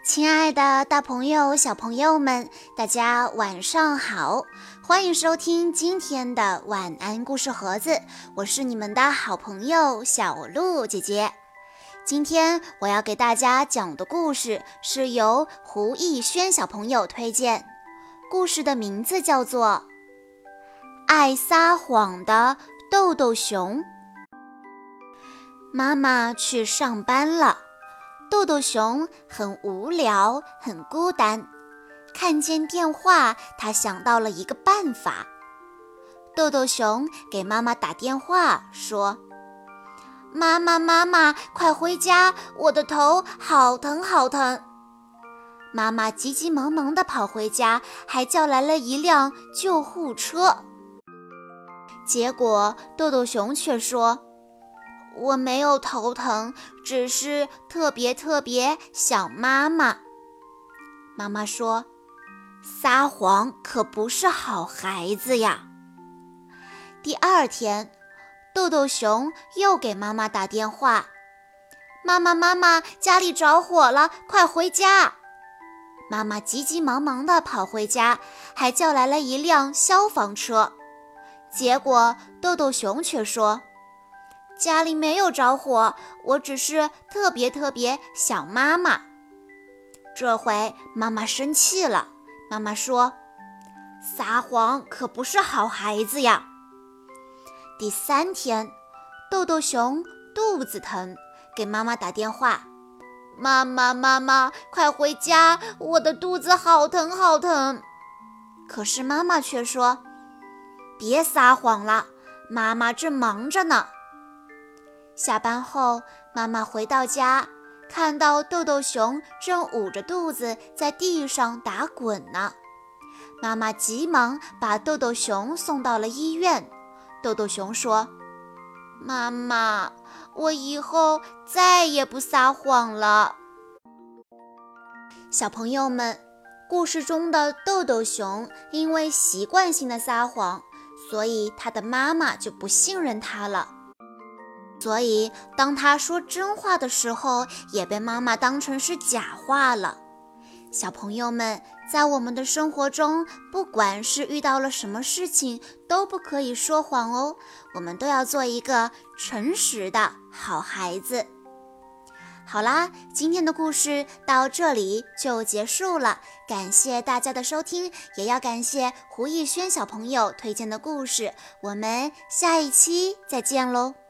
亲爱的大朋友、小朋友们，大家晚上好！欢迎收听今天的晚安故事盒子，我是你们的好朋友小鹿姐姐。今天我要给大家讲的故事是由胡逸轩小朋友推荐，故事的名字叫做《爱撒谎的豆豆熊》。妈妈去上班了，豆豆熊很无聊，很孤单。看见电话，他想到了一个办法。豆豆熊给妈妈打电话说：妈妈，快回家，我的头好疼好疼。妈妈急急忙忙地跑回家，还叫来了一辆救护车。结果豆豆熊却说：我没有头疼，只是特别想妈妈。妈妈说：撒谎可不是好孩子呀。第二天，豆豆熊又给妈妈打电话：妈妈，家里着火了，快回家。妈妈急急忙忙地跑回家，还叫来了一辆消防车。结果豆豆熊却说：家里没有着火，我只是特别想妈妈。这回妈妈生气了，妈妈说：撒谎可不是好孩子呀。第三天，豆豆熊肚子疼，给妈妈打电话：妈妈，快回家，我的肚子好疼好疼。可是妈妈却说：别撒谎了，妈妈正忙着呢。下班后，妈妈回到家，看到豆豆熊正捂着肚子在地上打滚呢。妈妈急忙把豆豆熊送到了医院。豆豆熊说：妈妈，我以后再也不撒谎了。小朋友们，故事中的豆豆熊因为习惯性的撒谎，所以他的妈妈就不信任他了。所以当他说真话的时候，也被妈妈当成是假话了。小朋友们，在我们的生活中，不管是遇到了什么事情，都不可以说谎哦，我们都要做一个诚实的好孩子。好啦，今天的故事到这里就结束了，感谢大家的收听，也要感谢胡逸轩小朋友推荐的故事，我们下一期再见喽。